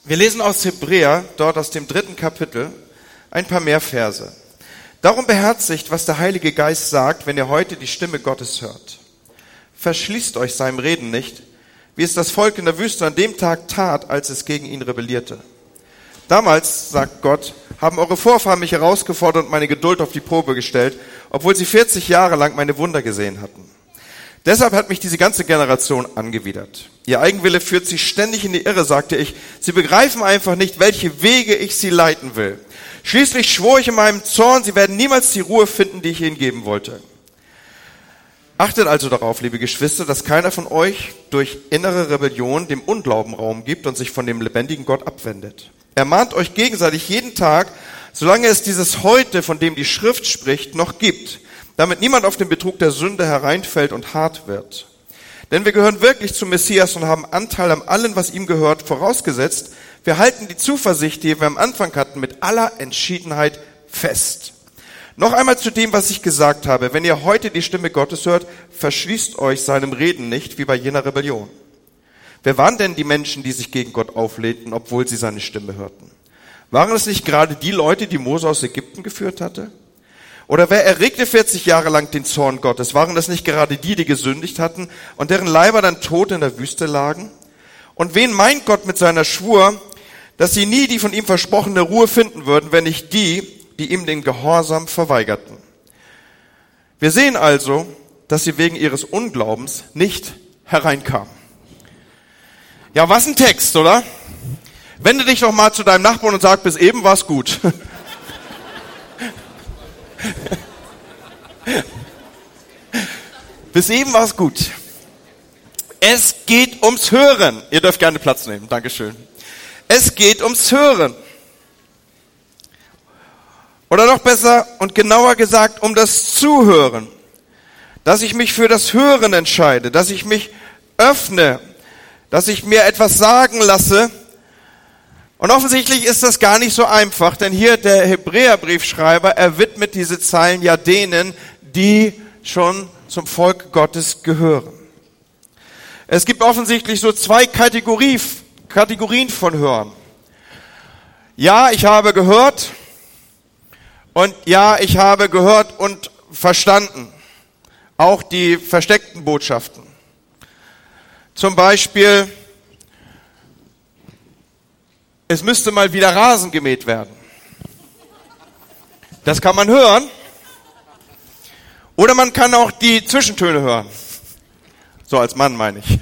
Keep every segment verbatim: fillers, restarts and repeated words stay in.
Wir lesen aus Hebräer, dort aus dem dritten Kapitel, ein paar mehr Verse. Darum beherzigt, was der Heilige Geist sagt, wenn ihr heute die Stimme Gottes hört. Verschließt euch seinem Reden nicht, wie es das Volk in der Wüste an dem Tag tat, als es gegen ihn rebellierte. Damals, sagt Gott, haben eure Vorfahren mich herausgefordert und meine Geduld auf die Probe gestellt, obwohl sie vierzig Jahre lang meine Wunder gesehen hatten. Deshalb hat mich diese ganze Generation angewidert. Ihr Eigenwille führt sie ständig in die Irre, sagte ich. Sie begreifen einfach nicht, welche Wege ich sie leiten will. Schließlich schwor ich in meinem Zorn, sie werden niemals die Ruhe finden, die ich ihnen geben wollte. Achtet also darauf, liebe Geschwister, dass keiner von euch durch innere Rebellion dem Unglauben Raum gibt und sich von dem lebendigen Gott abwendet. Ermahnt euch gegenseitig jeden Tag, solange es dieses Heute, von dem die Schrift spricht, noch gibt, damit niemand auf den Betrug der Sünde hereinfällt und hart wird. Denn wir gehören wirklich zum Messias und haben Anteil an allem, was ihm gehört, vorausgesetzt, wir halten die Zuversicht, die wir am Anfang hatten, mit aller Entschiedenheit fest. Noch einmal zu dem, was ich gesagt habe. Wenn ihr heute die Stimme Gottes hört, verschließt euch seinem Reden nicht, wie bei jener Rebellion. Wer waren denn die Menschen, die sich gegen Gott auflehnten, obwohl sie seine Stimme hörten? Waren es nicht gerade die Leute, die Mose aus Ägypten geführt hatte? Oder wer erregte vierzig Jahre lang den Zorn Gottes? Waren das nicht gerade die, die gesündigt hatten und deren Leiber dann tot in der Wüste lagen? Und wen meint Gott mit seiner Schwur, dass sie nie die von ihm versprochene Ruhe finden würden, wenn nicht die, die ihm den Gehorsam verweigerten? Wir sehen also, dass sie wegen ihres Unglaubens nicht hereinkamen. Ja, was ein Text, oder? Wende dich doch mal zu deinem Nachbarn und sag, bis eben war's gut. Bis eben war es gut. Es geht ums Hören. Ihr dürft gerne Platz nehmen. Dankeschön. Es geht ums Hören. Oder noch besser und genauer gesagt, um das Zuhören. Dass ich mich für das Hören entscheide, dass ich mich öffne, dass ich mir etwas sagen lasse. Und offensichtlich ist das gar nicht so einfach, denn hier der Hebräerbriefschreiber, er widmet diese Zeilen ja denen, die schon zum Volk Gottes gehören. Es gibt offensichtlich so zwei Kategorie, Kategorien von Hören. Ja, ich habe gehört und ja, ich habe gehört und verstanden. Auch die versteckten Botschaften. Zum Beispiel, es müsste mal wieder Rasen gemäht werden. Das kann man hören. Oder man kann auch die Zwischentöne hören. So als Mann meine ich.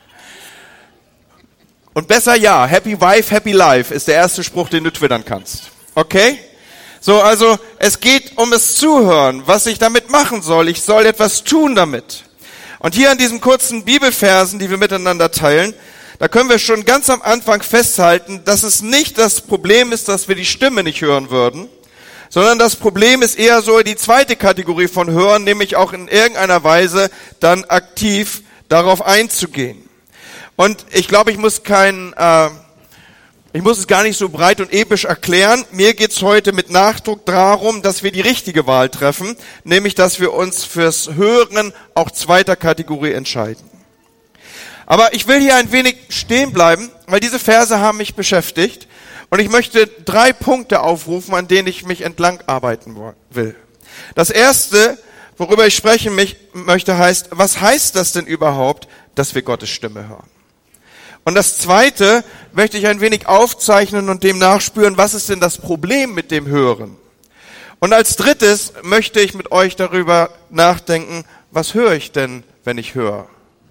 Und besser ja, Happy Wife, Happy Life ist der erste Spruch, den du twittern kannst. Okay? So, also es geht um das Zuhören, was ich damit machen soll. Ich soll etwas tun damit. Und hier an diesen kurzen Bibelversen, die wir miteinander teilen, da können wir schon ganz am Anfang festhalten, dass es nicht das Problem ist, dass wir die Stimme nicht hören würden, sondern das Problem ist eher so die zweite Kategorie von Hören, nämlich auch in irgendeiner Weise dann aktiv darauf einzugehen. Und ich glaube, ich muss kein, äh, ich muss es gar nicht so breit und episch erklären. Mir geht's heute mit Nachdruck darum, dass wir die richtige Wahl treffen, nämlich dass wir uns fürs Hören auch zweiter Kategorie entscheiden. Aber ich will hier ein wenig stehen bleiben, weil diese Verse haben mich beschäftigt. Und ich möchte drei Punkte aufrufen, an denen ich mich entlang arbeiten will. Das erste, worüber ich sprechen möchte, heißt, was heißt das denn überhaupt, dass wir Gottes Stimme hören? Und das zweite möchte ich ein wenig aufzeichnen und dem nachspüren, was ist denn das Problem mit dem Hören? Und als drittes möchte ich mit euch darüber nachdenken, was höre ich denn, wenn ich höre?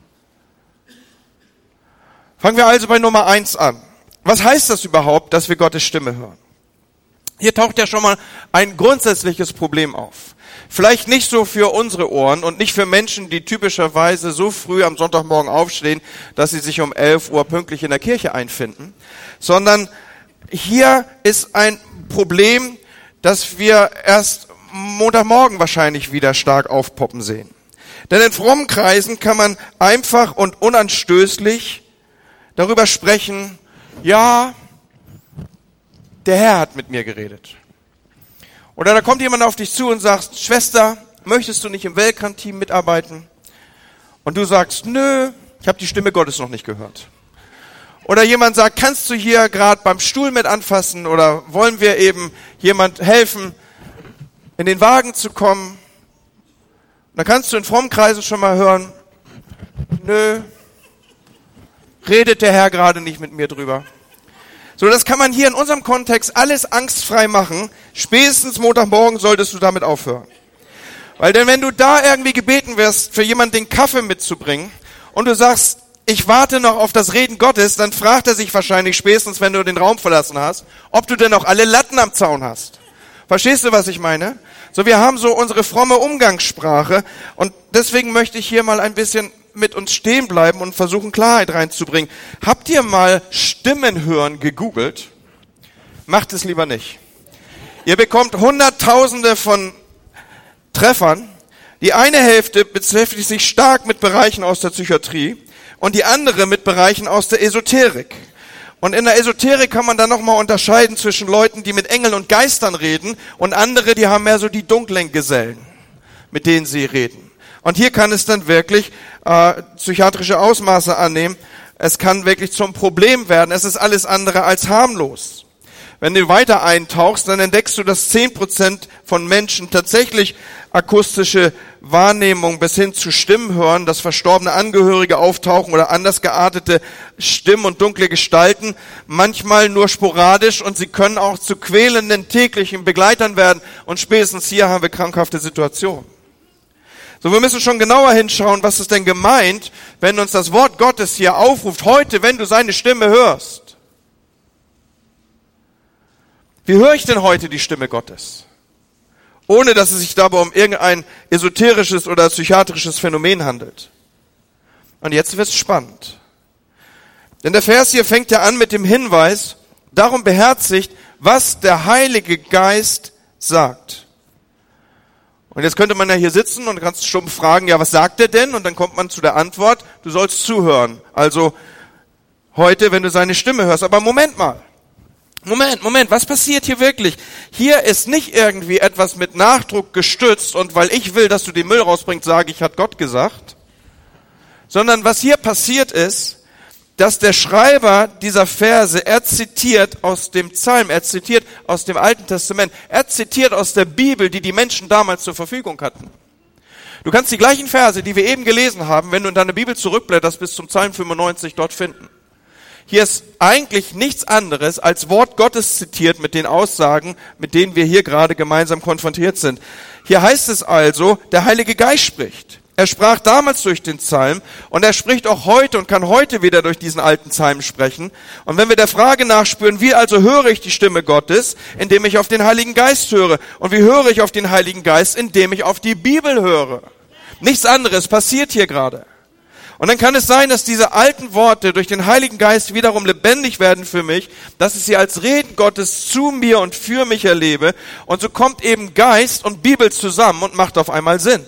Fangen wir also bei Nummer eins an. Was heißt das überhaupt, dass wir Gottes Stimme hören? Hier taucht ja schon mal ein grundsätzliches Problem auf. Vielleicht nicht so für unsere Ohren und nicht für Menschen, die typischerweise so früh am Sonntagmorgen aufstehen, dass sie sich um elf Uhr pünktlich in der Kirche einfinden, sondern hier ist ein Problem, das wir erst Montagmorgen wahrscheinlich wieder stark aufpoppen sehen. Denn in frommen Kreisen kann man einfach und unanstößlich darüber sprechen, ja, der Herr hat mit mir geredet. Oder da kommt jemand auf dich zu und sagt, Schwester, möchtest du nicht im Welcome-Team mitarbeiten? Und du sagst, nö, ich habe die Stimme Gottes noch nicht gehört. Oder jemand sagt, kannst du hier gerade beim Stuhl mit anfassen oder wollen wir eben jemand helfen, in den Wagen zu kommen? Da kannst du in frommen Kreisen schon mal hören, nö, redet der Herr gerade nicht mit mir drüber. So, das kann man hier in unserem Kontext alles angstfrei machen. Spätestens Montagmorgen solltest du damit aufhören. Weil denn wenn du da irgendwie gebeten wirst, für jemanden den Kaffee mitzubringen und du sagst, ich warte noch auf das Reden Gottes, dann fragt er sich wahrscheinlich spätestens, wenn du den Raum verlassen hast, ob du denn noch alle Latten am Zaun hast. Verstehst du, was ich meine? So, wir haben so unsere fromme Umgangssprache und deswegen möchte ich hier mal ein bisschen mit uns stehen bleiben und versuchen, Klarheit reinzubringen. Habt ihr mal Stimmen hören gegoogelt? Macht es lieber nicht. Ihr bekommt Hunderttausende von Treffern. Die eine Hälfte beschäftigt sich stark mit Bereichen aus der Psychiatrie und die andere mit Bereichen aus der Esoterik. Und in der Esoterik kann man dann nochmal unterscheiden zwischen Leuten, die mit Engeln und Geistern reden und andere, die haben mehr so die dunklen Gesellen, mit denen sie reden. Und hier kann es dann wirklich äh, psychiatrische Ausmaße annehmen. Es kann wirklich zum Problem werden. Es ist alles andere als harmlos. Wenn du weiter eintauchst, dann entdeckst du, dass zehn Prozent von Menschen tatsächlich akustische Wahrnehmung bis hin zu Stimmen hören, dass verstorbene Angehörige auftauchen oder anders geartete Stimmen und dunkle Gestalten, manchmal nur sporadisch und sie können auch zu quälenden täglichen Begleitern werden und spätestens hier haben wir krankhafte Situationen. So, wir müssen schon genauer hinschauen, was ist denn gemeint, wenn uns das Wort Gottes hier aufruft, heute, wenn du seine Stimme hörst. Wie höre ich denn heute die Stimme Gottes? Ohne, dass es sich dabei um irgendein esoterisches oder psychiatrisches Phänomen handelt. Und jetzt wird's spannend. Denn der Vers hier fängt ja an mit dem Hinweis, darum beherzigt, was der Heilige Geist sagt. Und jetzt könnte man ja hier sitzen und ganz stumpf fragen, ja, was sagt er denn? Und dann kommt man zu der Antwort, du sollst zuhören. Also heute, wenn du seine Stimme hörst. Aber Moment mal. Moment, Moment, was passiert hier wirklich? Hier ist nicht irgendwie etwas mit Nachdruck gestützt und weil ich will, dass du den Müll rausbringst, sage ich, hat Gott gesagt. Sondern was hier passiert ist, dass der Schreiber dieser Verse, er zitiert aus dem Psalm, er zitiert aus dem Alten Testament, er zitiert aus der Bibel, die die Menschen damals zur Verfügung hatten. Du kannst die gleichen Verse, die wir eben gelesen haben, wenn du in deine Bibel zurückblätterst, bis zum Psalm fünfundneunzig dort finden. Hier ist eigentlich nichts anderes als Wort Gottes zitiert mit den Aussagen, mit denen wir hier gerade gemeinsam konfrontiert sind. Hier heißt es also, der Heilige Geist spricht. Er sprach damals durch den Psalm und er spricht auch heute und kann heute wieder durch diesen alten Psalm sprechen. Und wenn wir der Frage nachspüren, wie also höre ich die Stimme Gottes, indem ich auf den Heiligen Geist höre? Und wie höre ich auf den Heiligen Geist, indem ich auf die Bibel höre? Nichts anderes passiert hier gerade. Und dann kann es sein, dass diese alten Worte durch den Heiligen Geist wiederum lebendig werden für mich, dass ich sie als Reden Gottes zu mir und für mich erlebe. Und so kommt eben Geist und Bibel zusammen und macht auf einmal Sinn.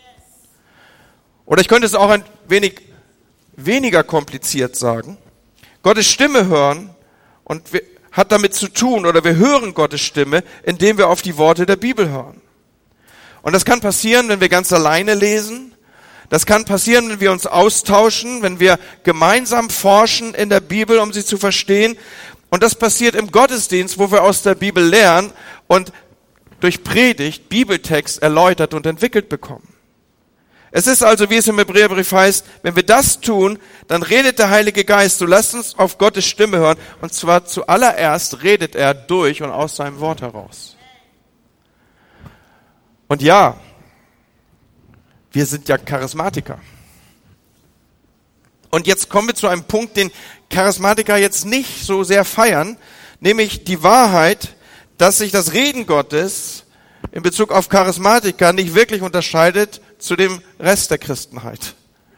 Oder ich könnte es auch ein wenig weniger kompliziert sagen. Gottes Stimme hören und wir, hat damit zu tun, oder wir hören Gottes Stimme, indem wir auf die Worte der Bibel hören. Und das kann passieren, wenn wir ganz alleine lesen. Das kann passieren, wenn wir uns austauschen, wenn wir gemeinsam forschen in der Bibel, um sie zu verstehen. Und das passiert im Gottesdienst, wo wir aus der Bibel lernen und durch Predigt, Bibeltext erläutert und entwickelt bekommen. Es ist also, wie es im Hebräerbrief heißt, wenn wir das tun, dann redet der Heilige Geist, so lasst uns auf Gottes Stimme hören. Und zwar zuallererst redet er durch und aus seinem Wort heraus. Und ja, wir sind ja Charismatiker. Und jetzt kommen wir zu einem Punkt, den Charismatiker jetzt nicht so sehr feiern, nämlich die Wahrheit, dass sich das Reden Gottes in Bezug auf Charismatiker nicht wirklich unterscheidet zu dem Rest der Christenheit.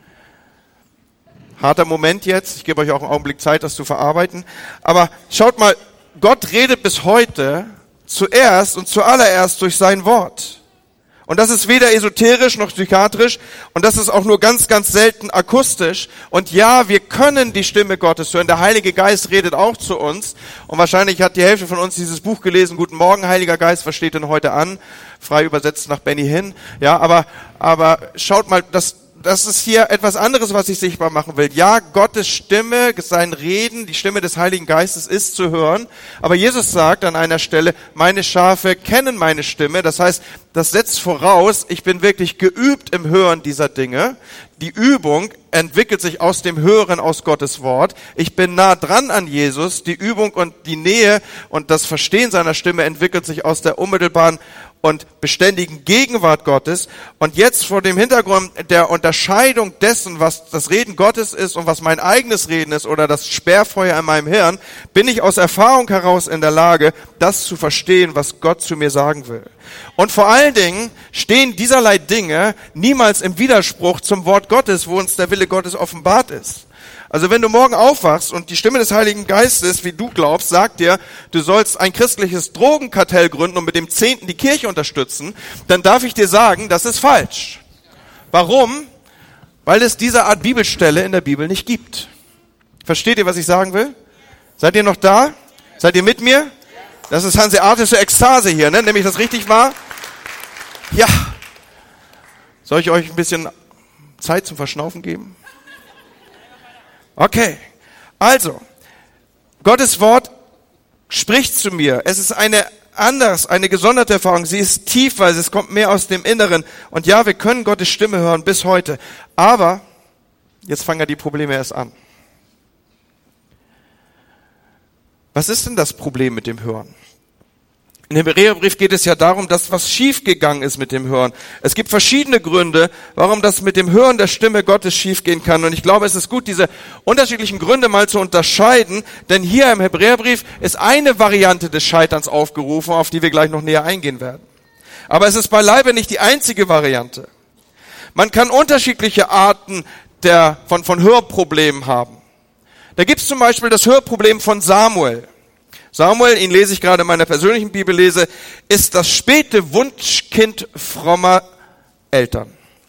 Harter Moment jetzt, ich gebe euch auch einen Augenblick Zeit, das zu verarbeiten. Aber schaut mal, Gott redet bis heute zuerst und zuallererst durch sein Wort. Und das ist weder esoterisch noch psychiatrisch und das ist auch nur ganz, ganz selten akustisch. Und ja, wir können die Stimme Gottes hören. Der Heilige Geist redet auch zu uns. Und wahrscheinlich hat die Hälfte von uns dieses Buch gelesen. Guten Morgen, Heiliger Geist, was steht denn heute an? Frei übersetzt nach Benny Hinn. Ja, aber, aber schaut mal, das, das ist hier etwas anderes, was ich sichtbar machen will. Ja, Gottes Stimme, sein Reden, die Stimme des Heiligen Geistes ist zu hören. Aber Jesus sagt an einer Stelle, meine Schafe kennen meine Stimme. Das heißt, das setzt voraus, ich bin wirklich geübt im Hören dieser Dinge. Die Übung entwickelt sich aus dem Hören aus Gottes Wort. Ich bin nah dran an Jesus. Die Übung und die Nähe und das Verstehen seiner Stimme entwickelt sich aus der unmittelbaren und beständigen Gegenwart Gottes. Und jetzt vor dem Hintergrund der Unterscheidung dessen, was das Reden Gottes ist und was mein eigenes Reden ist oder das Sperrfeuer in meinem Hirn, bin ich aus Erfahrung heraus in der Lage, das zu verstehen, was Gott zu mir sagen will. Und vor allen Dingen stehen dieserlei Dinge niemals im Widerspruch zum Wort Gottes, wo uns der Wille Gottes offenbart ist. Also wenn du morgen aufwachst und die Stimme des Heiligen Geistes, wie du glaubst, sagt dir, du sollst ein christliches Drogenkartell gründen und mit dem Zehnten die Kirche unterstützen, dann darf ich dir sagen, das ist falsch. Warum? Weil es diese Art Bibelstelle in der Bibel nicht gibt. Versteht ihr, was ich sagen will? Seid ihr noch da? Seid ihr mit mir? Das ist hanseatische Ekstase hier, ne? Nehme ich das richtig wahr? Ja. Soll ich euch ein bisschen Zeit zum Verschnaufen geben? Okay, also, Gottes Wort spricht zu mir. Es ist eine anders, eine gesonderte Erfahrung. Sie ist tiefer, es kommt mehr aus dem Inneren. Und ja, wir können Gottes Stimme hören bis heute. Aber, jetzt fangen ja die Probleme erst an. Was ist denn das Problem mit dem Hören? In dem Hebräerbrief geht es ja darum, dass was schiefgegangen ist mit dem Hören. Es gibt verschiedene Gründe, warum das mit dem Hören der Stimme Gottes schiefgehen kann. Und ich glaube, es ist gut, diese unterschiedlichen Gründe mal zu unterscheiden, denn hier im Hebräerbrief ist eine Variante des Scheiterns aufgerufen, auf die wir gleich noch näher eingehen werden. Aber es ist beileibe nicht die einzige Variante. Man kann unterschiedliche Arten der, von, von Hörproblemen haben. Da gibt es zum Beispiel das Hörproblem von Samuel. Samuel, ihn lese ich gerade in meiner persönlichen Bibellese, ist das späte Wunschkind frommer Eltern.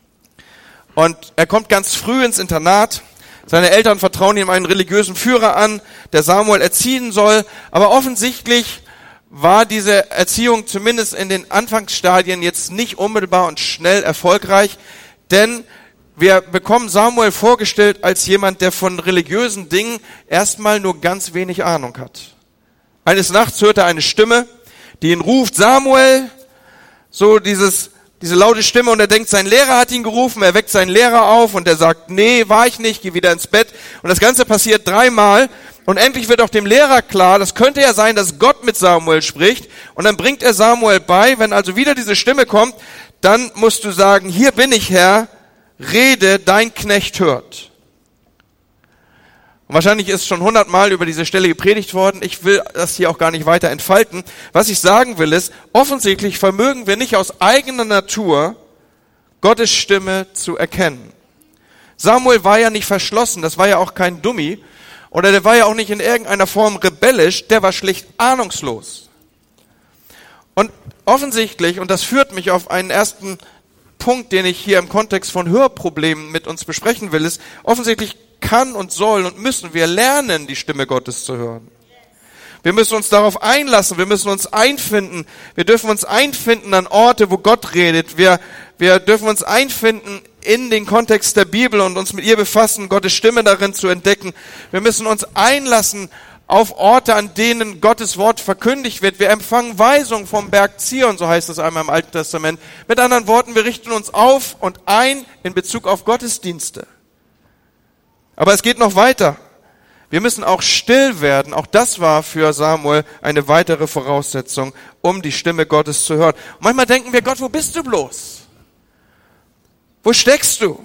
Und er kommt ganz früh ins Internat. Seine Eltern vertrauen ihm einen religiösen Führer an, der Samuel erziehen soll. Aber offensichtlich war diese Erziehung zumindest in den Anfangsstadien jetzt nicht unmittelbar und schnell erfolgreich, denn wir bekommen Samuel vorgestellt als jemand, der von religiösen Dingen erstmal nur ganz wenig Ahnung hat. Eines Nachts hört er eine Stimme, die ihn ruft, Samuel, so dieses, diese laute Stimme, und er denkt, sein Lehrer hat ihn gerufen, er weckt seinen Lehrer auf und er sagt, nee, war ich nicht, geh wieder ins Bett. Und das Ganze passiert dreimal und endlich wird auch dem Lehrer klar, das könnte ja sein, dass Gott mit Samuel spricht, und dann bringt er Samuel bei, wenn also wieder diese Stimme kommt, dann musst du sagen, hier bin ich, Herr, rede, dein Knecht hört. Und wahrscheinlich ist schon hundertmal über diese Stelle gepredigt worden. Ich will das hier auch gar nicht weiter entfalten. Was ich sagen will ist, offensichtlich vermögen wir nicht aus eigener Natur Gottes Stimme zu erkennen. Samuel war ja nicht verschlossen, das war ja auch kein Dummi. Oder der war ja auch nicht in irgendeiner Form rebellisch, der war schlicht ahnungslos. Und offensichtlich, und das führt mich auf einen ersten Punkt, den ich hier im Kontext von Hörproblemen mit uns besprechen will, ist, offensichtlich kann und soll und müssen wir lernen, die Stimme Gottes zu hören. Wir müssen uns darauf einlassen, wir müssen uns einfinden, wir dürfen uns einfinden an Orte, wo Gott redet, wir, wir dürfen uns einfinden in den Kontext der Bibel und uns mit ihr befassen, Gottes Stimme darin zu entdecken. Wir müssen uns einlassen auf Orte, an denen Gottes Wort verkündigt wird. Wir empfangen Weisung vom Berg Zion, so heißt es einmal im Alten Testament. Mit anderen Worten, wir richten uns auf und ein in Bezug auf Gottesdienste. Aber es geht noch weiter. Wir müssen auch still werden. Auch das war für Samuel eine weitere Voraussetzung, um die Stimme Gottes zu hören. Und manchmal denken wir, Gott, wo bist du bloß? Wo steckst du?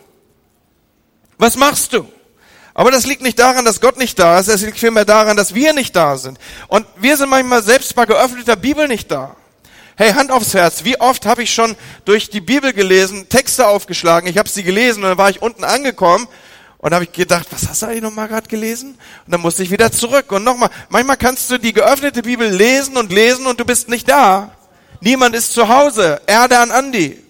Was machst du? Aber das liegt nicht daran, dass Gott nicht da ist. Es liegt vielmehr daran, dass wir nicht da sind. Und wir sind manchmal selbst bei geöffneter Bibel nicht da. Hey, Hand aufs Herz, wie oft habe ich schon durch die Bibel gelesen, Texte aufgeschlagen, ich habe sie gelesen und dann war ich unten angekommen und habe ich gedacht, was hast du eigentlich nochmal gerade gelesen? Und dann musste ich wieder zurück und nochmal. Manchmal kannst du die geöffnete Bibel lesen und lesen und du bist nicht da. Niemand ist zu Hause. Erde an Andi.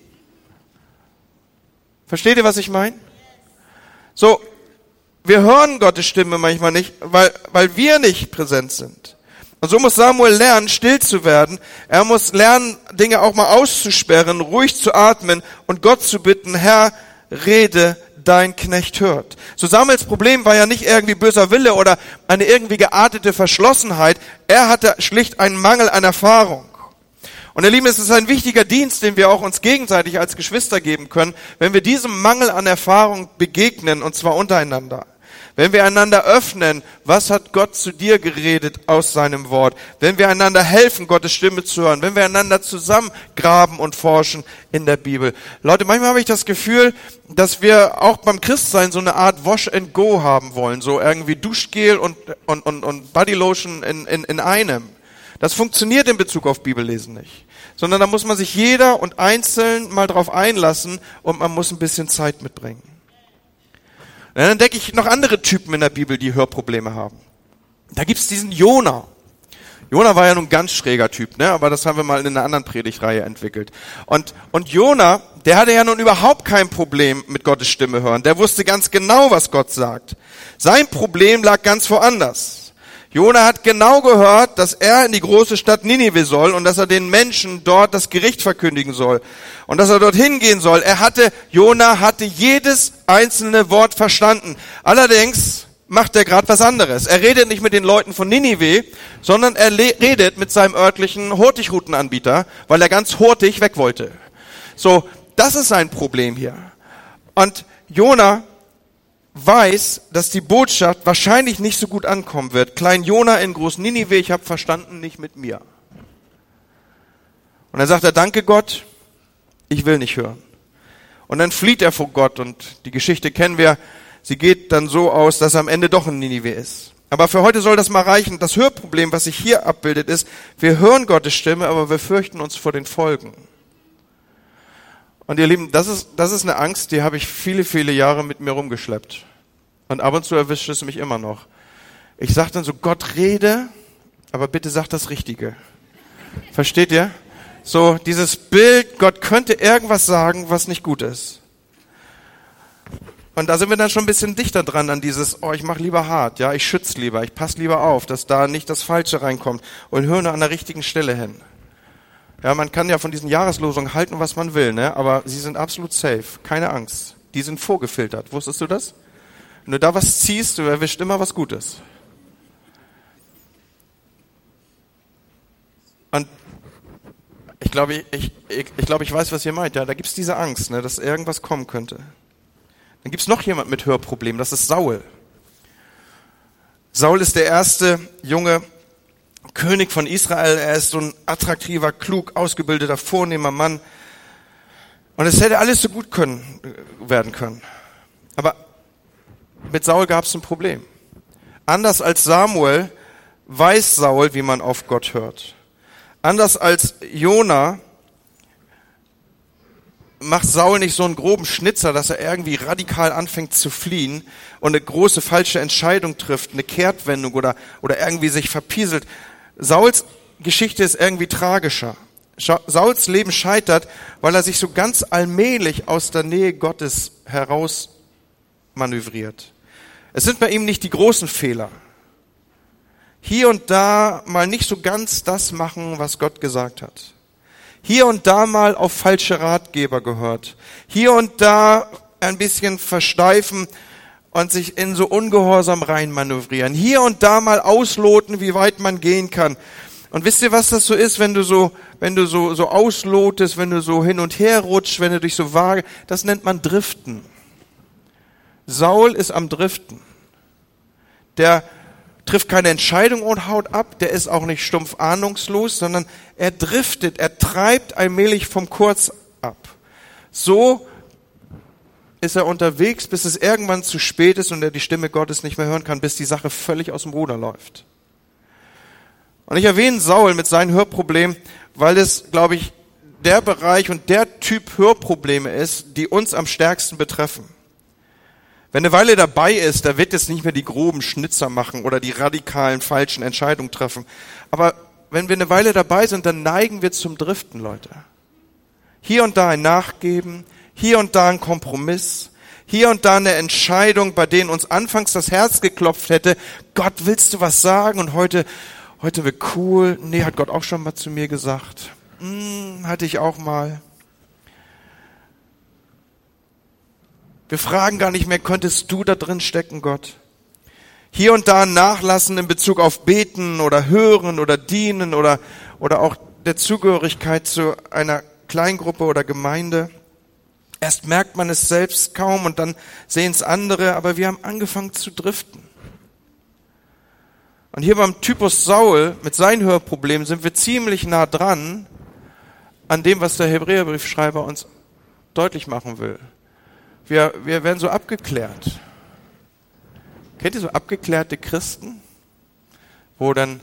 Versteht ihr, was ich meine? So, wir hören Gottes Stimme manchmal nicht, weil, weil wir nicht präsent sind. Und so muss Samuel lernen, still zu werden. Er muss lernen, Dinge auch mal auszusperren, ruhig zu atmen und Gott zu bitten, Herr, rede, dein Knecht hört. So Samuels Problem war ja nicht irgendwie böser Wille oder eine irgendwie geartete Verschlossenheit. Er hatte schlicht einen Mangel an Erfahrung. Und ihr Lieben, es ist ein wichtiger Dienst, den wir auch uns gegenseitig als Geschwister geben können, wenn wir diesem Mangel an Erfahrung begegnen, und zwar untereinander. Wenn wir einander öffnen, was hat Gott zu dir geredet aus seinem Wort? Wenn wir einander helfen, Gottes Stimme zu hören. Wenn wir einander zusammen graben und forschen in der Bibel. Leute, manchmal habe ich das Gefühl, dass wir auch beim Christsein so eine Art Wash and Go haben wollen. So irgendwie Duschgel und, und, und, und Bodylotion in, in, in einem. Das funktioniert in Bezug auf Bibellesen nicht. Sondern da muss man sich jeder und einzeln mal drauf einlassen und man muss ein bisschen Zeit mitbringen. Und dann entdecke ich noch andere Typen in der Bibel, die Hörprobleme haben. Da gibt's diesen Jona. Jona war ja nun ein ganz schräger Typ, ne? Aber das haben wir mal in einer anderen Predigtreihe entwickelt. Und, und Jona, der hatte ja nun überhaupt kein Problem mit Gottes Stimme hören. Der wusste ganz genau, was Gott sagt. Sein Problem lag ganz woanders. Jona hat genau gehört, dass er in die große Stadt Ninive soll und dass er den Menschen dort das Gericht verkündigen soll und dass er dorthin gehen soll. Er hatte, Jona hatte jedes einzelne Wort verstanden. Allerdings macht er gerade was anderes. Er redet nicht mit den Leuten von Ninive, sondern er le- redet mit seinem örtlichen Hurtigroutenanbieter, weil er ganz hurtig weg wollte. So, das ist sein Problem hier. Und Jona weiß, dass die Botschaft wahrscheinlich nicht so gut ankommen wird. Klein Jona in Groß Ninive, ich habe verstanden, nicht mit mir. Und dann sagt er, danke Gott, ich will nicht hören. Und dann flieht er vor Gott und die Geschichte kennen wir. Sie geht dann so aus, dass er am Ende doch in Ninive ist. Aber für heute soll das mal reichen. Das Hörproblem, was sich hier abbildet, ist, wir hören Gottes Stimme, aber wir fürchten uns vor den Folgen. Und ihr Lieben, das ist, das ist eine Angst, die habe ich viele, viele Jahre mit mir rumgeschleppt. Und ab und zu erwischt es mich immer noch. Ich sage dann so, Gott rede, aber bitte sag das Richtige. Versteht ihr? So dieses Bild, Gott könnte irgendwas sagen, was nicht gut ist. Und da sind wir dann schon ein bisschen dichter dran an dieses, oh, ich mache lieber hart, ja, ich schütze lieber, ich passe lieber auf, dass da nicht das Falsche reinkommt und höre nur an der richtigen Stelle hin. Ja, man kann ja von diesen Jahreslosungen halten, was man will, ne? Aber sie sind absolut safe. Keine Angst. Die sind vorgefiltert. Wusstest du das? Wenn du da was ziehst, du erwischt immer was Gutes. Und ich glaube, ich, ich, ich, ich glaube, ich weiß, was ihr meint. Ja, da gibt's diese Angst, ne, dass irgendwas kommen könnte. Dann gibt's noch jemand mit Hörproblemen. Das ist Saul. Saul ist der erste junge König von Israel, er ist so ein attraktiver, klug, ausgebildeter, vornehmer Mann. Und es hätte alles so gut können, werden können. Aber mit Saul gab es ein Problem. Anders als Samuel weiß Saul, wie man auf Gott hört. Anders als Jona macht Saul nicht so einen groben Schnitzer, dass er irgendwie radikal anfängt zu fliehen und eine große falsche Entscheidung trifft, eine Kehrtwendung oder, oder irgendwie sich verpieselt. Sauls Geschichte ist irgendwie tragischer. Sauls Leben scheitert, weil er sich so ganz allmählich aus der Nähe Gottes heraus manövriert. Es sind bei ihm nicht die großen Fehler. Hier und da mal nicht so ganz das machen, was Gott gesagt hat. Hier und da mal auf falsche Ratgeber gehört. Hier und da ein bisschen versteifen und sich in so Ungehorsam reinmanövrieren. Hier und da mal ausloten, wie weit man gehen kann. Und wisst ihr, was das so ist, wenn du so, wenn du so, so auslotest, wenn du so hin und her rutschst, wenn du dich so vage, das nennt man Driften. Saul ist am Driften. Der trifft keine Entscheidung und haut ab, der ist auch nicht stumpf ahnungslos, sondern er driftet, er treibt allmählich vom Kurs ab. So ist er unterwegs, bis es irgendwann zu spät ist und er die Stimme Gottes nicht mehr hören kann, bis die Sache völlig aus dem Ruder läuft. Und ich erwähne Saul mit seinem Hörproblem, weil es, glaube ich, der Bereich und der Typ Hörprobleme ist, die uns am stärksten betreffen. Wenn eine Weile dabei ist, da wird jetzt nicht mehr die groben Schnitzer machen oder die radikalen falschen Entscheidungen treffen. Aber wenn wir eine Weile dabei sind, dann neigen wir zum Driften, Leute. Hier und da ein Nachgeben, hier und da ein Kompromiss, hier und da eine Entscheidung, bei denen uns anfangs das Herz geklopft hätte, Gott, willst du was sagen? Und heute, heute wird cool. Nee, hat Gott auch schon mal zu mir gesagt. Hm, hatte ich auch mal. Wir fragen gar nicht mehr, könntest du da drin stecken, Gott? Hier und da nachlassen in Bezug auf Beten oder Hören oder Dienen oder, oder auch der Zugehörigkeit zu einer Kleingruppe oder Gemeinde. Erst merkt man es selbst kaum und dann sehen es andere, aber wir haben angefangen zu driften. Und hier beim Typus Saul mit seinen Hörproblemen sind wir ziemlich nah dran an dem, was der Hebräerbriefschreiber uns deutlich machen will. Wir, wir werden so abgeklärt. Kennt ihr so abgeklärte Christen, wo dann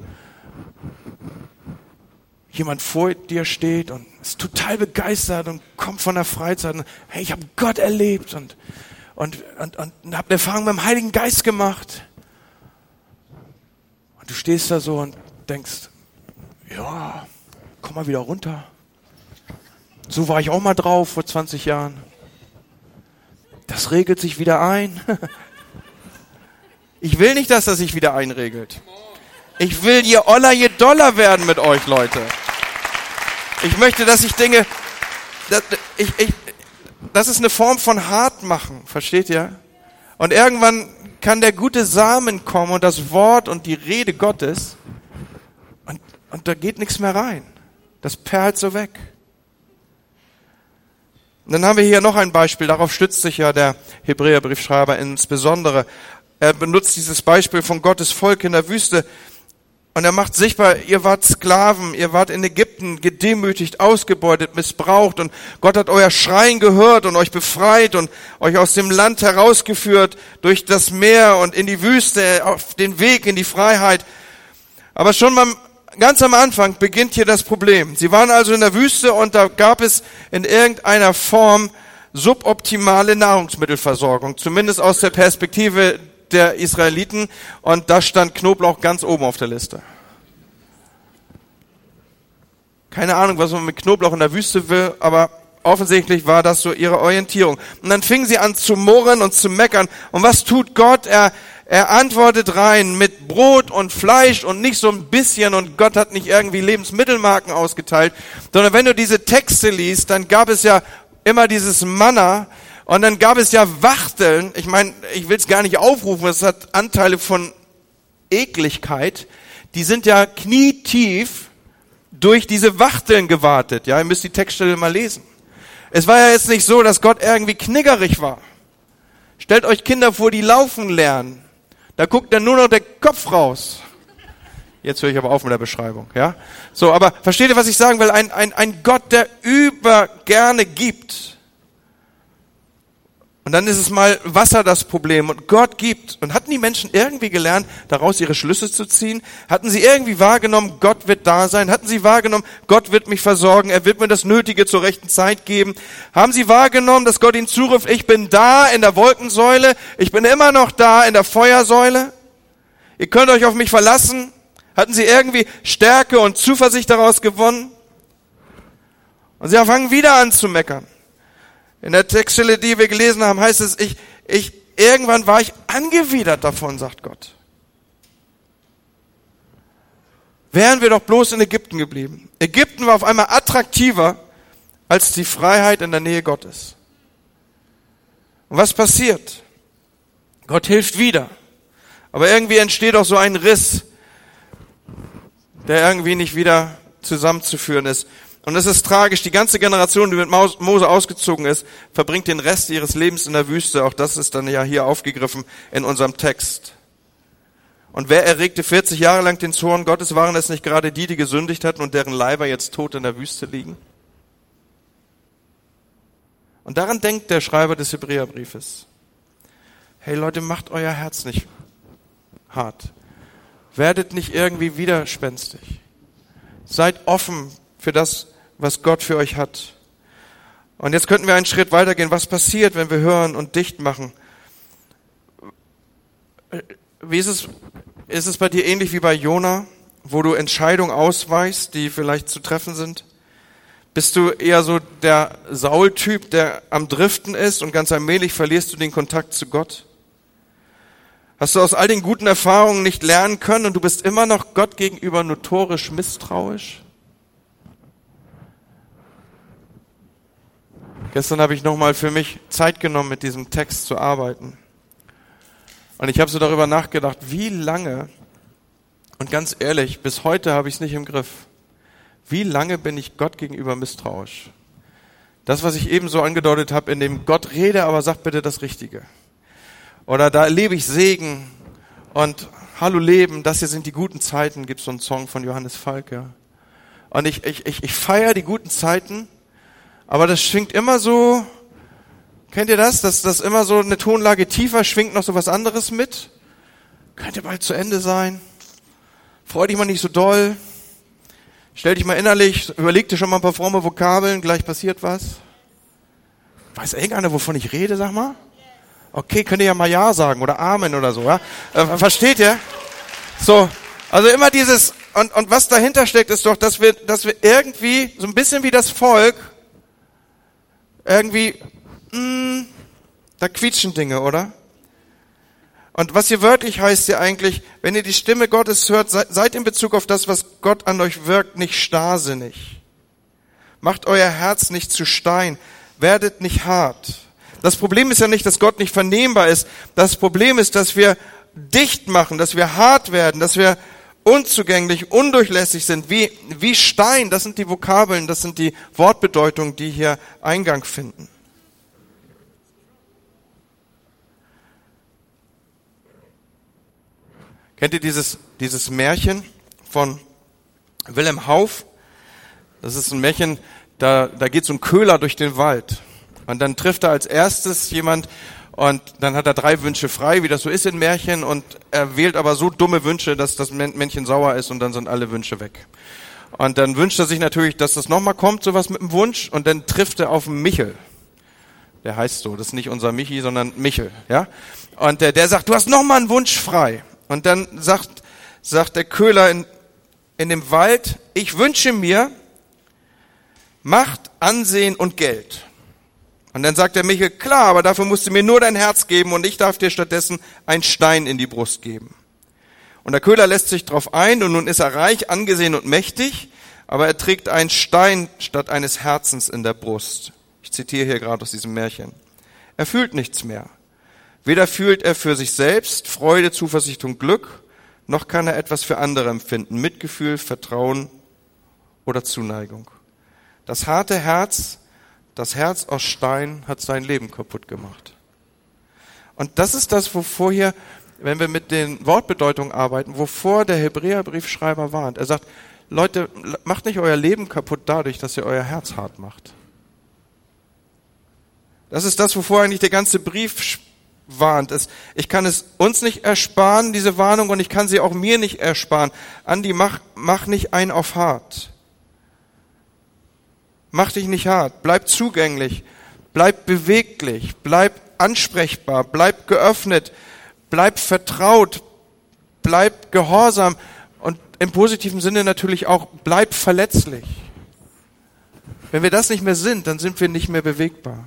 jemand vor dir steht und ist total begeistert und kommt von der Freizeit und hey, ich habe Gott erlebt und und und und, und habe eine Erfahrung mit dem Heiligen Geist gemacht. Und du stehst da so und denkst, ja, komm mal wieder runter. So war ich auch mal drauf vor zwanzig Jahren. Das regelt sich wieder ein. Ich will nicht, dass das sich wieder einregelt. Ich will je oller, je doller werden mit euch, Leute. Ich möchte, dass ich Dinge, das, ich, ich, das ist eine Form von hart machen, versteht ihr? Und irgendwann kann der gute Samen kommen und das Wort und die Rede Gottes und, und da geht nichts mehr rein. Das perlt so weg. Und dann haben wir hier noch ein Beispiel, darauf stützt sich ja der Hebräerbriefschreiber insbesondere. Er benutzt dieses Beispiel von Gottes Volk in der Wüste und er macht sichtbar, ihr wart Sklaven, ihr wart in Ägypten gedemütigt, ausgebeutet, missbraucht und Gott hat euer Schreien gehört und euch befreit und euch aus dem Land herausgeführt durch das Meer und in die Wüste, auf den Weg in die Freiheit. Aber schon mal ganz am Anfang beginnt hier das Problem. Sie waren also in der Wüste und da gab es in irgendeiner Form suboptimale Nahrungsmittelversorgung, zumindest aus der Perspektive der Israeliten, und da stand Knoblauch ganz oben auf der Liste. Keine Ahnung, was man mit Knoblauch in der Wüste will, aber offensichtlich war das so ihre Orientierung. Und dann fingen sie an zu murren und zu meckern. Und was tut Gott? Er, er antwortet rein mit Brot und Fleisch und nicht so ein bisschen, und Gott hat nicht irgendwie Lebensmittelmarken ausgeteilt, sondern wenn du diese Texte liest, dann gab es ja immer dieses Manna. Und dann gab es ja Wachteln, ich meine, ich will es gar nicht aufrufen, es hat Anteile von Ekligkeit, die sind ja knietief durch diese Wachteln gewartet. Ja, ihr müsst die Textstelle mal lesen. Es war ja jetzt nicht so, dass Gott irgendwie kniggerig war. Stellt euch Kinder vor, die laufen lernen. Da guckt dann nur noch der Kopf raus. Jetzt höre ich aber auf mit der Beschreibung, ja? So, aber versteht ihr, was ich sagen will? Ein, ein, ein Gott, der über gerne gibt. Und dann ist es mal Wasser das Problem und Gott gibt. Und hatten die Menschen irgendwie gelernt, daraus ihre Schlüsse zu ziehen? Hatten sie irgendwie wahrgenommen, Gott wird da sein? Hatten sie wahrgenommen, Gott wird mich versorgen, er wird mir das Nötige zur rechten Zeit geben? Haben sie wahrgenommen, dass Gott ihnen zuruft, ich bin da in der Wolkensäule, ich bin immer noch da in der Feuersäule? Ihr könnt euch auf mich verlassen? Hatten sie irgendwie Stärke und Zuversicht daraus gewonnen? Und sie fangen wieder an zu meckern. In der Textstelle, die wir gelesen haben, heißt es, ich, ich, irgendwann war ich angewidert davon, sagt Gott. Wären wir doch bloß in Ägypten geblieben. Ägypten war auf einmal attraktiver als die Freiheit in der Nähe Gottes. Und was passiert? Gott hilft wieder. Aber irgendwie entsteht auch so ein Riss, der irgendwie nicht wieder zusammenzuführen ist. Und es ist tragisch, die ganze Generation, die mit Mose ausgezogen ist, verbringt den Rest ihres Lebens in der Wüste. Auch das ist dann ja hier aufgegriffen in unserem Text. Und wer erregte vierzig Jahre lang den Zorn Gottes? Waren es nicht gerade die, die gesündigt hatten und deren Leiber jetzt tot in der Wüste liegen? Und daran denkt der Schreiber des Hebräerbriefes. Hey Leute, macht euer Herz nicht hart. Werdet nicht irgendwie widerspenstig. Seid offen für das, was Gott für euch hat. Und jetzt könnten wir einen Schritt weitergehen. Was passiert, wenn wir hören und dicht machen? Wie ist es, ist es bei dir ähnlich wie bei Jona, wo du Entscheidungen ausweichst, die vielleicht zu treffen sind? Bist du eher so der Saul-Typ, der am Driften ist und ganz allmählich verlierst du den Kontakt zu Gott? Hast du aus all den guten Erfahrungen nicht lernen können und du bist immer noch Gott gegenüber notorisch misstrauisch? Gestern habe ich nochmal für mich Zeit genommen, mit diesem Text zu arbeiten. Und ich habe so darüber nachgedacht, wie lange, und ganz ehrlich, bis heute habe ich es nicht im Griff, wie lange bin ich Gott gegenüber misstrauisch? Das, was ich eben so angedeutet habe, in dem Gott rede, aber sag bitte das Richtige. Oder da erlebe ich Segen und Hallo Leben, das hier sind die guten Zeiten, gibt es so einen Song von Johannes Falk, ja. Und ich, ich, ich, ich feiere die guten Zeiten, aber das schwingt immer so, kennt ihr das? Dass das immer so eine Tonlage tiefer schwingt, noch so was anderes mit. Könnte bald zu Ende sein. Freu dich mal nicht so doll. Stell dich mal innerlich, überleg dir schon mal ein paar fromme Vokabeln, gleich passiert was. Weiß irgendeiner, wovon ich rede, sag mal? Okay, könnt ihr ja mal Ja sagen oder Amen oder so, ja? Äh, versteht ihr? So, also immer dieses, und, und was dahinter steckt, ist doch, dass wir, dass wir irgendwie, so ein bisschen wie das Volk, irgendwie, mh, da quietschen Dinge, oder? Und was hier wörtlich heißt ja eigentlich, wenn ihr die Stimme Gottes hört, seid, seid in Bezug auf das, was Gott an euch wirkt, nicht starrsinnig. Macht euer Herz nicht zu Stein, werdet nicht hart. Das Problem ist ja nicht, dass Gott nicht vernehmbar ist. Das Problem ist, dass wir dicht machen, dass wir hart werden, dass wir unzugänglich, undurchlässig sind, wie, wie Stein. Das sind die Vokabeln, das sind die Wortbedeutungen, die hier Eingang finden. Kennt ihr dieses, dieses Märchen von Wilhelm Hauff? Das ist ein Märchen, da, da geht so ein Köhler durch den Wald. Und dann trifft er als erstes jemand und dann hat er drei Wünsche frei, wie das so ist in Märchen. Und er wählt aber so dumme Wünsche, dass das Männchen sauer ist und dann sind alle Wünsche weg. Und dann wünscht er sich natürlich, dass das nochmal kommt, sowas mit dem Wunsch. Und dann trifft er auf einen Michel. Der heißt so, das ist nicht unser Michi, sondern Michel. Ja? Und der, der sagt, du hast nochmal einen Wunsch frei. Und dann sagt, sagt der Köhler in, in dem Wald, ich wünsche mir Macht, Ansehen und Geld. Und dann sagt der Michel, klar, aber dafür musst du mir nur dein Herz geben und ich darf dir stattdessen einen Stein in die Brust geben. Und der Köhler lässt sich drauf ein und nun ist er reich, angesehen und mächtig, aber er trägt einen Stein statt eines Herzens in der Brust. Ich zitiere hier gerade aus diesem Märchen. Er fühlt nichts mehr. Weder fühlt er für sich selbst Freude, Zuversicht und Glück, noch kann er etwas für andere empfinden, Mitgefühl, Vertrauen oder Zuneigung. Das harte Herz, das Herz aus Stein hat sein Leben kaputt gemacht. Und das ist das, wovor hier, wenn wir mit den Wortbedeutungen arbeiten, wovor der Hebräerbriefschreiber warnt. Er sagt, Leute, macht nicht euer Leben kaputt dadurch, dass ihr euer Herz hart macht. Das ist das, wovor eigentlich der ganze Brief warnt. Ich kann es uns nicht ersparen, diese Warnung, und ich kann sie auch mir nicht ersparen. Andi, mach, mach nicht ein auf hart. Mach dich nicht hart, bleib zugänglich, bleib beweglich, bleib ansprechbar, bleib geöffnet, bleib vertraut, bleib gehorsam und im positiven Sinne natürlich auch, bleib verletzlich. Wenn wir das nicht mehr sind, dann sind wir nicht mehr bewegbar.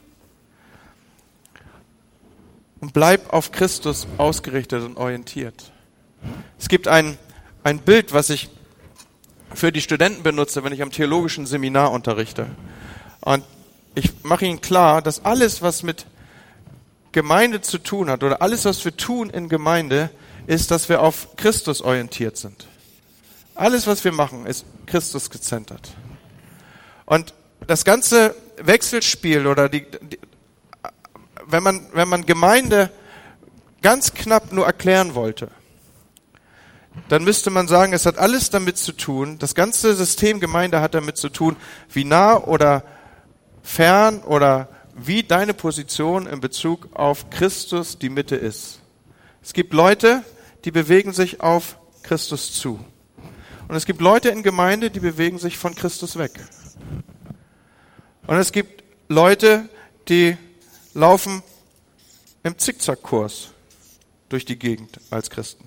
Und bleib auf Christus ausgerichtet und orientiert. Es gibt ein, ein Bild, was ich für die Studenten benutze, wenn ich am theologischen Seminar unterrichte. Und ich mache ihnen klar, dass alles, was mit Gemeinde zu tun hat oder alles, was wir tun in Gemeinde, ist, dass wir auf Christus orientiert sind. Alles, was wir machen, ist Christus gezentert. Und das ganze Wechselspiel oder die, die wenn man, wenn man Gemeinde ganz knapp nur erklären wollte, dann müsste man sagen, es hat alles damit zu tun, das ganze System Gemeinde hat damit zu tun, wie nah oder fern oder wie deine Position in Bezug auf Christus die Mitte ist. Es gibt Leute, die bewegen sich auf Christus zu. Und es gibt Leute in Gemeinde, die bewegen sich von Christus weg. Und es gibt Leute, die laufen im Zickzackkurs durch die Gegend als Christen.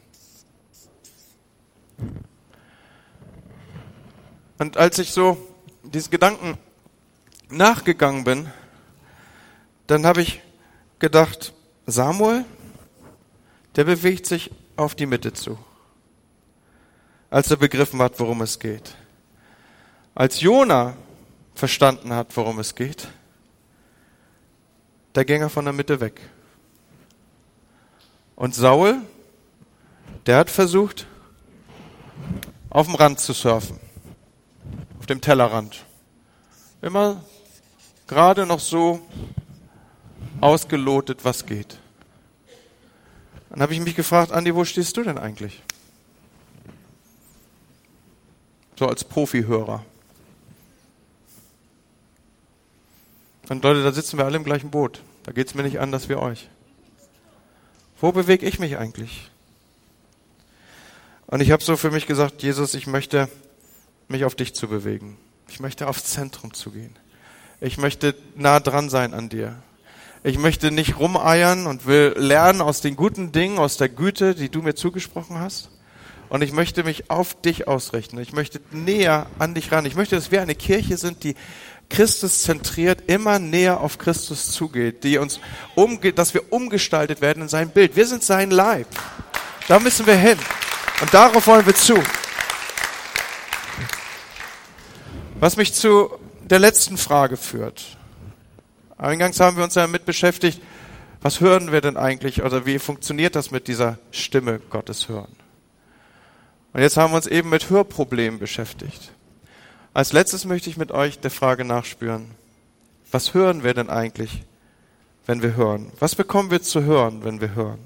Und als ich so diesen Gedanken nachgegangen bin, dann habe ich gedacht, Samuel, der bewegt sich auf die Mitte zu, als er begriffen hat, worum es geht. Als Jona verstanden hat, worum es geht, der Gänger von der Mitte weg. Und Saul, der hat versucht, auf dem Rand zu surfen. Auf dem Tellerrand. Immer gerade noch so ausgelotet, was geht. Dann habe ich mich gefragt, Andi, wo stehst du denn eigentlich? So als Profihörer. Und Leute, da sitzen wir alle im gleichen Boot. Da geht es mir nicht anders wie euch. Wo bewege ich mich eigentlich? Und ich habe so für mich gesagt, Jesus, ich möchte mich auf dich zu bewegen. Ich möchte aufs Zentrum zu gehen. Ich möchte nah dran sein an dir. Ich möchte nicht rumeiern und will lernen aus den guten Dingen, aus der Güte, die du mir zugesprochen hast. Und ich möchte mich auf dich ausrichten. Ich möchte näher an dich ran. Ich möchte, dass wir eine Kirche sind, die Christus zentriert, immer näher auf Christus zugeht, die uns umge- dass wir umgestaltet werden in sein Bild. Wir sind sein Leib. Da müssen wir hin. Und darauf wollen wir zu. Was mich zu der letzten Frage führt. Eingangs haben wir uns damit beschäftigt, was hören wir denn eigentlich oder wie funktioniert das mit dieser Stimme Gottes hören? Und jetzt haben wir uns eben mit Hörproblemen beschäftigt. Als letztes möchte ich mit euch der Frage nachspüren, was hören wir denn eigentlich, wenn wir hören? Was bekommen wir zu hören, wenn wir hören?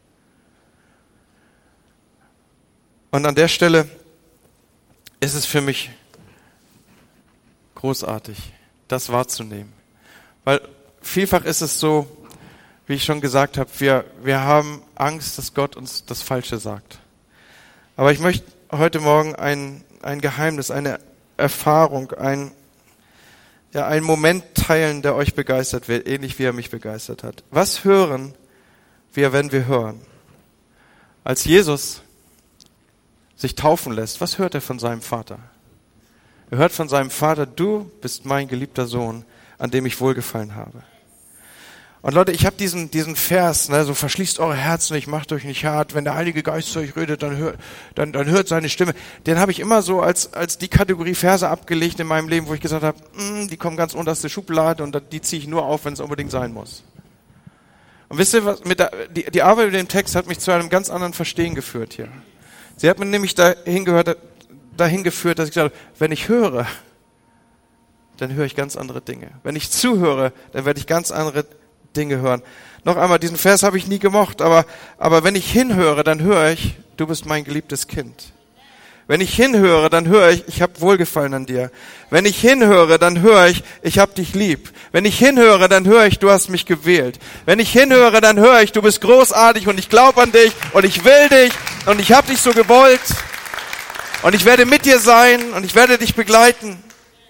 Und an der Stelle ist es für mich großartig, das wahrzunehmen. Weil vielfach ist es so, wie ich schon gesagt habe, wir, wir haben Angst, dass Gott uns das Falsche sagt. Aber ich möchte heute Morgen ein, ein Geheimnis, eine Erfahrung, ein, ja, einen Moment teilen, der euch begeistert wird, ähnlich wie er mich begeistert hat. Was hören wir, wenn wir hören? Als Jesus sich taufen lässt, was hört er von seinem Vater? Er hört von seinem Vater, du bist mein geliebter Sohn, an dem ich wohlgefallen habe. Und Leute, ich habe diesen diesen Vers, ne, so verschließt eure Herzen nicht, macht euch nicht hart. Wenn der Heilige Geist zu euch redet, dann hört dann dann hört seine Stimme. Den habe ich immer so als als die Kategorie Verse abgelegt in meinem Leben, wo ich gesagt habe, mm, die kommen ganz unterste Schublade und die ziehe ich nur auf, wenn es unbedingt sein muss. Und wisst ihr was? Mit der, die die Arbeit mit dem Text hat mich zu einem ganz anderen Verstehen geführt hier. Sie hat mir nämlich dahin gehört, dahin geführt, dass ich gesagt habe, wenn ich höre, dann höre ich ganz andere Dinge. Wenn ich zuhöre, dann werde ich ganz andere Dinge hören. Noch einmal, diesen Vers habe ich nie gemocht, aber, aber wenn ich hinhöre, dann höre ich, du bist mein geliebtes Kind. Wenn ich hinhöre, dann höre ich, ich habe Wohlgefallen an dir. Wenn ich hinhöre, dann höre ich, ich habe dich lieb. Wenn ich hinhöre, dann höre ich, du hast mich gewählt. Wenn ich hinhöre, dann höre ich, du bist großartig und ich glaube an dich und ich will dich und ich habe dich so gewollt und ich werde mit dir sein und ich werde dich begleiten.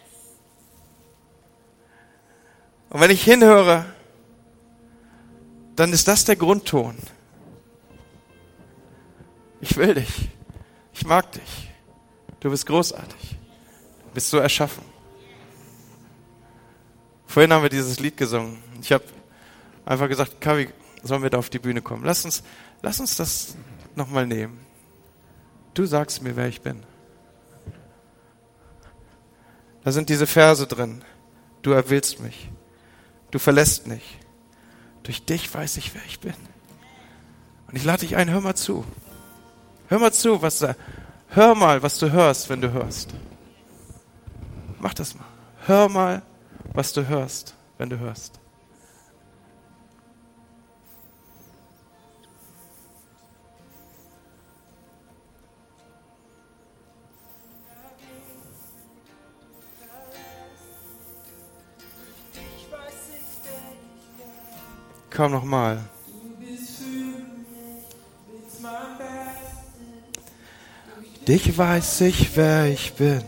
Und wenn ich hinhöre, dann ist das der Grundton. Ich will dich. Ich mag dich. Du bist großartig. Du bist so erschaffen. Vorhin haben wir dieses Lied gesungen. Ich habe einfach gesagt, Kavi, sollen wir da auf die Bühne kommen? Lass uns, lass uns das nochmal nehmen. Du sagst mir, wer ich bin. Da sind diese Verse drin. Du erwählst mich. Du verlässt mich. Durch dich weiß ich, wer ich bin. Und ich lade dich ein, hör mal zu. Hör mal zu, was da, hör mal, was du hörst, wenn du hörst. Mach das mal. Hör mal, was du hörst, wenn du hörst. Komm noch mal. Dich weiß ich, wer ich bin.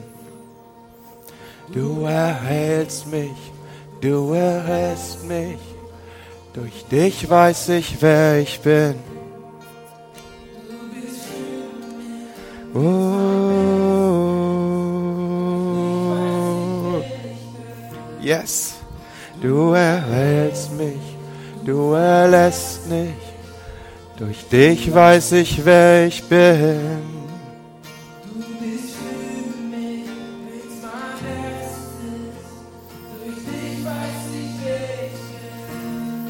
Du erhältst mich, du erhältst mich. Durch dich weiß ich, wer ich bin. Oh, yes, du erhältst mich. Du erlässt nicht, durch dich weiß ich, wer ich bin. Du bist für mich, bist mein Bestes, durch dich weiß ich, wer ich bin.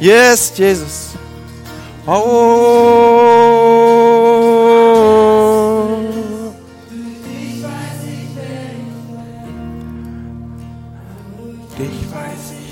Yes, Jesus. Oh. Dich weiß ich, wer ich bin. Dich weiß ich.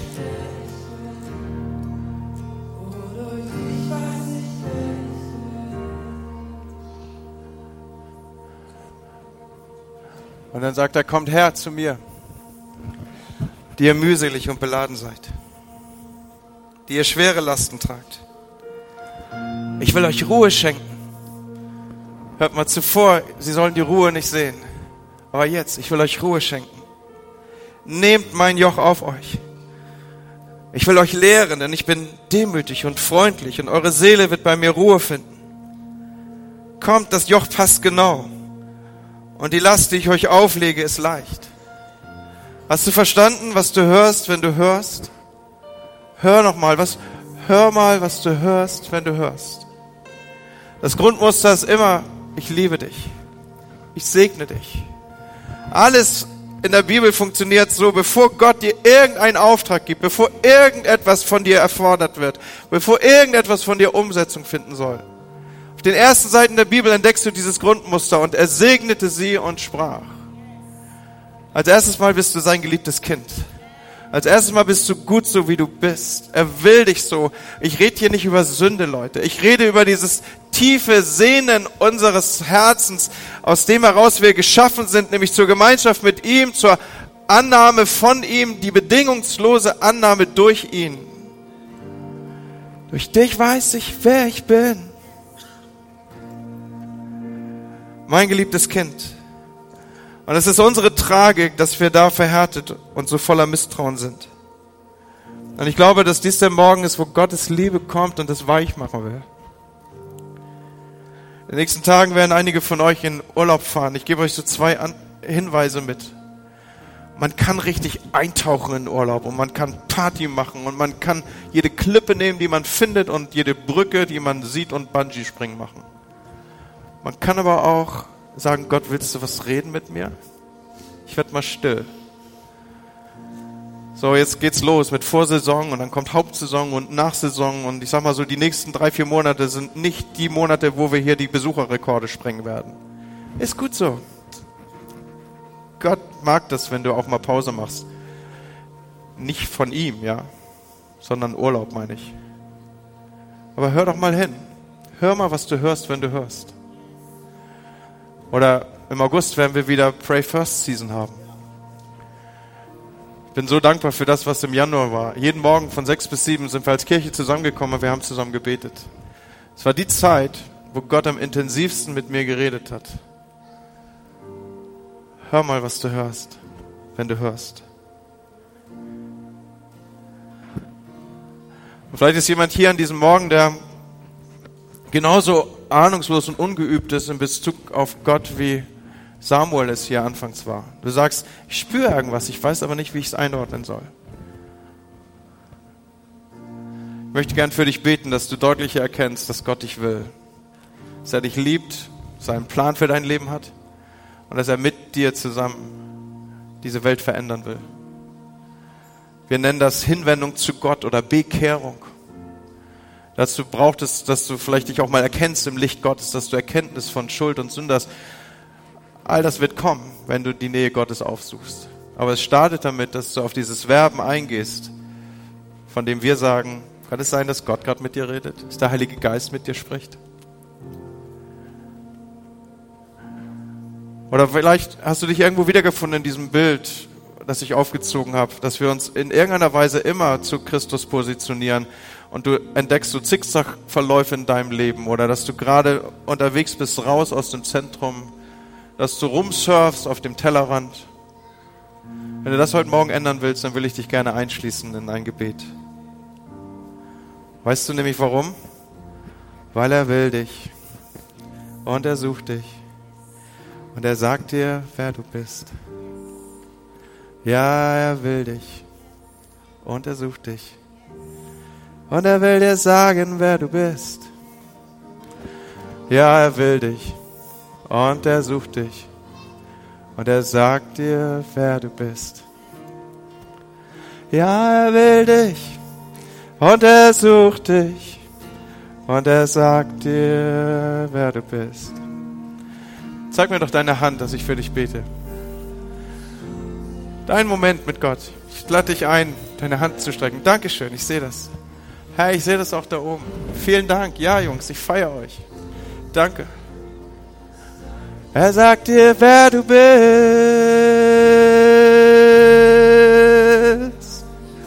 Und dann sagt er, kommt her zu mir, die ihr mühselig und beladen seid, die ihr schwere Lasten tragt. Ich will euch Ruhe schenken. Hört mal zuvor, sie sollen die Ruhe nicht sehen. Aber jetzt, ich will euch Ruhe schenken. Nehmt mein Joch auf euch. Ich will euch lehren, denn ich bin demütig und freundlich und eure Seele wird bei mir Ruhe finden. Kommt, das Joch passt genau. Und die Last, die ich euch auflege, ist leicht. Hast du verstanden, was du hörst, wenn du hörst? Hör noch mal, was, hör mal, was du hörst, wenn du hörst. Das Grundmuster ist immer, ich liebe dich. Ich segne dich. Alles in der Bibel funktioniert so, bevor Gott dir irgendeinen Auftrag gibt, bevor irgendetwas von dir erfordert wird, bevor irgendetwas von dir Umsetzung finden soll. Auf den ersten Seiten der Bibel entdeckst du dieses Grundmuster und er segnete sie und sprach. Als erstes Mal bist du sein geliebtes Kind. Als erstes Mal bist du gut so, wie du bist. Er will dich so. Ich rede hier nicht über Sünde, Leute. Ich rede über dieses tiefe Sehnen unseres Herzens, aus dem heraus wir geschaffen sind, nämlich zur Gemeinschaft mit ihm, zur Annahme von ihm, die bedingungslose Annahme durch ihn. Durch dich weiß ich, wer ich bin. Mein geliebtes Kind. Und es ist unsere Tragik, dass wir da verhärtet und so voller Misstrauen sind. Und ich glaube, dass dies der Morgen ist, wo Gottes Liebe kommt und das weich machen will. In den nächsten Tagen werden einige von euch in Urlaub fahren. Ich gebe euch so zwei An- Hinweise mit. Man kann richtig eintauchen in Urlaub und man kann Party machen und man kann jede Klippe nehmen, die man findet und jede Brücke, die man sieht und Bungee-Springen machen. Man kann aber auch sagen, Gott, willst du was reden mit mir? Ich werde mal still. So, jetzt geht's los mit Vorsaison und dann kommt Hauptsaison und Nachsaison und ich sag mal so, die nächsten drei, vier Monate sind nicht die Monate, wo wir hier die Besucherrekorde sprengen werden. Ist gut so. Gott mag das, wenn du auch mal Pause machst. Nicht von ihm, ja, sondern Urlaub, meine ich. Aber hör doch mal hin. Hör mal, was du hörst, wenn du hörst. Oder im August werden wir wieder Pray First Season haben. Ich bin so dankbar für das, was im Januar war. Jeden Morgen von sechs bis sieben sind wir als Kirche zusammengekommen und wir haben zusammen gebetet. Es war die Zeit, wo Gott am intensivsten mit mir geredet hat. Hör mal, was du hörst, wenn du hörst. Und vielleicht ist jemand hier an diesem Morgen, der genauso ahnungslos und ungeübt ist in Bezug auf Gott, wie Samuel es hier anfangs war. Du sagst, ich spüre irgendwas, ich weiß aber nicht, wie ich es einordnen soll. Ich möchte gern für dich beten, dass du deutlicher erkennst, dass Gott dich will. Dass er dich liebt, seinen Plan für dein Leben hat und dass er mit dir zusammen diese Welt verändern will. Wir nennen das Hinwendung zu Gott oder Bekehrung. Dazu braucht es, dass du vielleicht dich auch mal erkennst im Licht Gottes, dass du Erkenntnis von Schuld und Sünde hast. All das wird kommen, wenn du die Nähe Gottes aufsuchst. Aber es startet damit, dass du auf dieses Verben eingehst, von dem wir sagen, kann es sein, dass Gott gerade mit dir redet? Dass der Heilige Geist mit dir spricht? Oder vielleicht hast du dich irgendwo wiedergefunden in diesem Bild, das ich aufgezogen habe, dass wir uns in irgendeiner Weise immer zu Christus positionieren und du entdeckst so Zickzackverläufe in deinem Leben oder dass du gerade unterwegs bist, raus aus dem Zentrum, dass du rumsurfst auf dem Tellerrand. Wenn du das heute Morgen ändern willst, dann will ich dich gerne einschließen in ein Gebet. Weißt du nämlich warum? Weil er will dich und er sucht dich und er sagt dir, wer du bist. Ja, er will dich und er sucht dich. Und er will dir sagen, wer du bist. Ja, er will dich und er sucht dich. Und er sagt dir, wer du bist. Ja, er will dich Und er sucht dich und er sagt dir, wer du bist. Zeig mir doch deine Hand, dass ich für dich bete. Dein Moment mit Gott. Ich lade dich ein, deine Hand zu strecken. Dankeschön, ich sehe das. Herr, ich sehe das auch da oben. Vielen Dank. Ja, Jungs, ich feiere euch. Danke. Er sagt dir, wer du bist.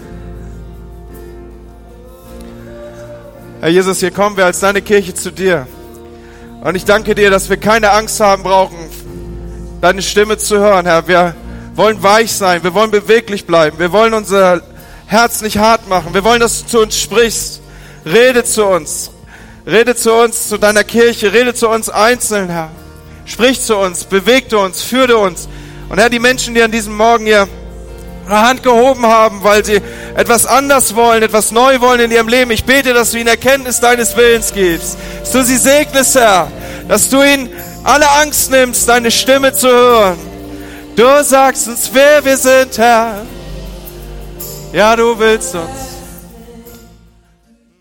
Herr Jesus, hier kommen wir als deine Kirche zu dir. Und ich danke dir, dass wir keine Angst haben brauchen, deine Stimme zu hören, Herr. Wir wollen weich sein, wir wollen beweglich bleiben, wir wollen unser Herz nicht hart machen, wir wollen, dass du zu uns sprichst. Rede zu uns, rede zu uns, zu deiner Kirche, rede zu uns einzeln, Herr. Sprich zu uns, bewege uns, führe uns. Und Herr, die Menschen, die an diesem Morgen hier ihre Hand gehoben haben, weil sie etwas anders wollen, etwas neu wollen in ihrem Leben. Ich bete, dass du ihnen Erkenntnis deines Willens gibst, dass du sie segnest, Herr, dass du ihnen alle Angst nimmst, deine Stimme zu hören. Du sagst uns, wer wir sind, Herr. Ja, du willst uns.